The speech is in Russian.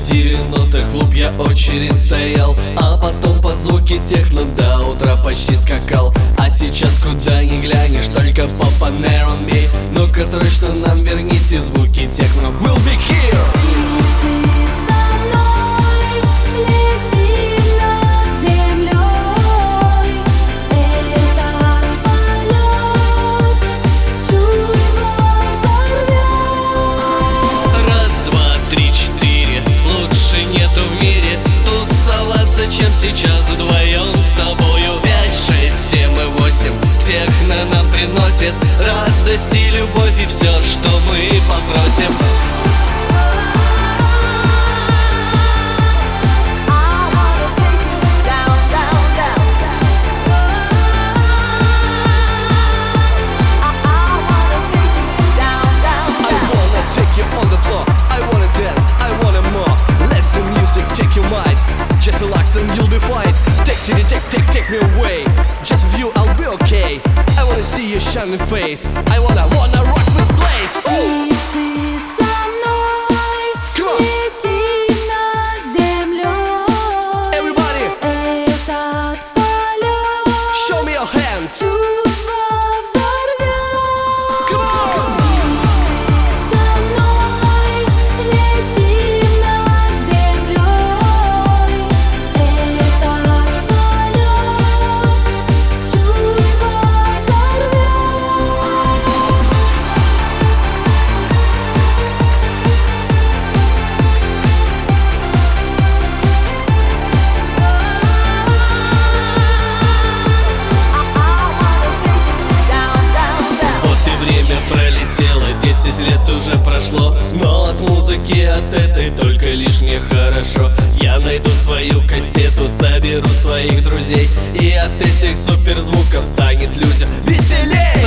90-х клуб я очередь стоял, а потом под звуки техно до утра почти скакал. А сейчас куда ни глянешь, только Pop and Air on me. Ну-ка срочно нам верните звуки техно. We'll be here! Чем сейчас вдвоем с тобою. 5, 6, 7 и 8 техно нам приносит радость и любовь, и все, что мы попросим. Just relax and you'll be fine. Take me away. Just with you I'll be okay. I wanna see your shining face. I wanna rock this place. Лети со мной, лети над землей. Everybody, этот полет. show me your hands. Чувства взорвет. Come on. Лети со мной, лети над землей. Этот полет. Чувства взорвет. Вот и время пролетело, 10 лет уже прошло, но от музыки от этой только лишь мне хорошо. Я найду свою кассету, соберу своих друзей, и от этих суперзвуков станет людям веселей.